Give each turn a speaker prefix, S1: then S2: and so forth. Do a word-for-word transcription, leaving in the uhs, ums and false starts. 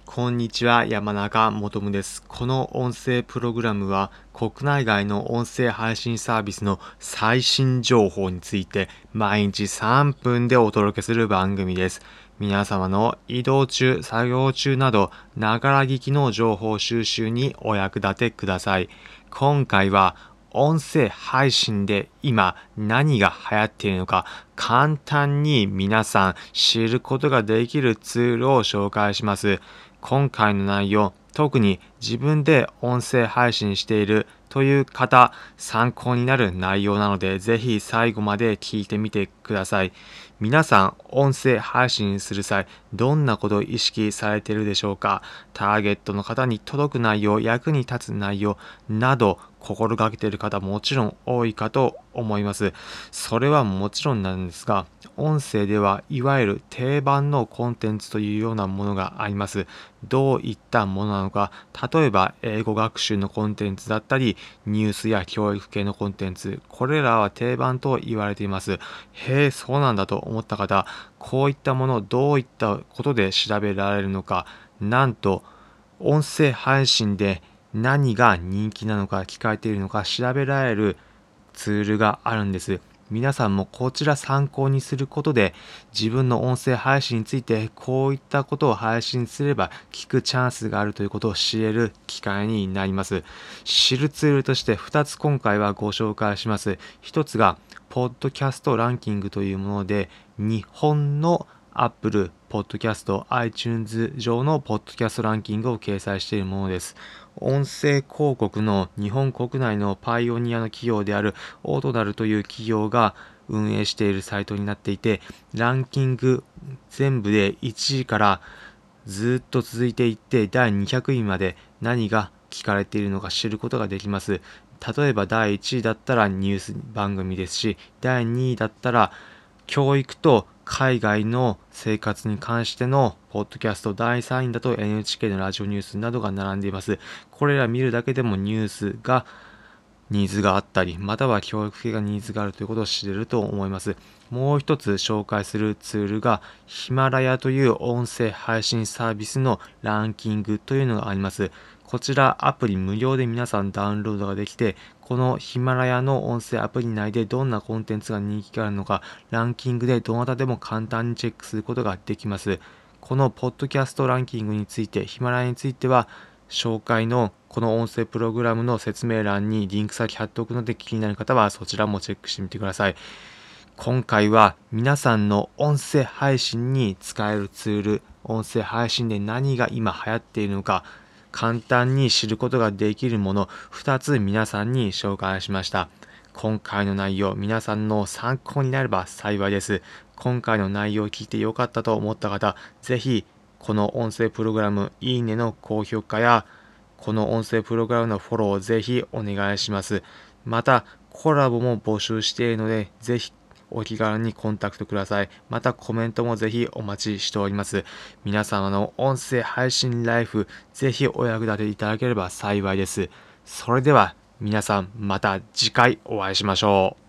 S1: こんにちは、山中もとむです。この音声プログラムは国内外の音声配信サービスの最新情報について毎日さんぷんでお届けする番組です。皆様の移動中、作業中など、ながら聞きの情報収集にお役立てください。今回は音声配信で今何が流行っているのか簡単に皆さん知ることができるツールを紹介します。今回の内容、特に自分で音声配信しているという方、参考になる内容なので、ぜひ最後まで聞いてみてください。皆さん、音声配信する際、どんなことを意識されているでしょうか？ターゲットの方に届く内容、役に立つ内容など、心がけている方もちろん多いかと思います。それはもちろんなんですが、音声ではいわゆる定番のコンテンツというようなものがあります。どういったものなのか、例えば英語学習のコンテンツだったり、ニュースや教育系のコンテンツ、これらは定番と言われています。へえ、そうなんだと思った方、こういったものをどういったことで調べられるのか、なんと、音声配信で何が人気なのか聞かれているのか調べられるツールがあるんです。皆さんもこちら参考にすることで自分の音声配信についてこういったことを配信すれば聞くチャンスがあるということを知れる機会になります。知るツールとしてふたつ今回はご紹介します。ひとつがポッドキャストランキングというもので日本のApple Podcast、iTunes 上のポッドキャストランキングを掲載しているものです。音声広告の日本国内のパイオニアの企業であるオートナルという企業が運営しているサイトになっていて、ランキング全部でいちいからずっと続いていってだいにひゃくいまで何が聞かれているのか知ることができます。例えばだいいちいだったらニュース番組ですし、だいにいだったら教育と海外の生活に関してのポッドキャスト、だいさんいだと エヌエイチケー のラジオニュースなどが並んでいます。これら見るだけでもニュースがニーズがあったり、または教育系がニーズがあるということを知れると思います。もう一つ紹介するツールがヒマラヤという音声配信サービスのランキングというのがあります。こちらアプリ無料で皆さんダウンロードができて、このヒマラヤの音声アプリ内でどんなコンテンツが人気があるのか、ランキングでどなたでも簡単にチェックすることができます。このポッドキャストランキングについて、ヒマラヤについては、紹介のこの音声プログラムの説明欄にリンク先貼っておくので気になる方はそちらもチェックしてみてください。今回は皆さんの音声配信に使えるツール、音声配信で何が今流行っているのか、簡単に知ることができるものふたつ皆さんに紹介しました。今回の内容、皆さんの参考になれば幸いです。今回の内容を聞いてよかったと思った方、ぜひこの音声プログラム、いいねの高評価やこの音声プログラムのフォローをぜひお願いします。また、コラボも募集しているので、ぜひお気軽にコンタクトください。またコメントもぜひお待ちしております。皆様の音声配信ライフ、ぜひお役立ていただければ幸いです。それでは皆さんまた次回お会いしましょう。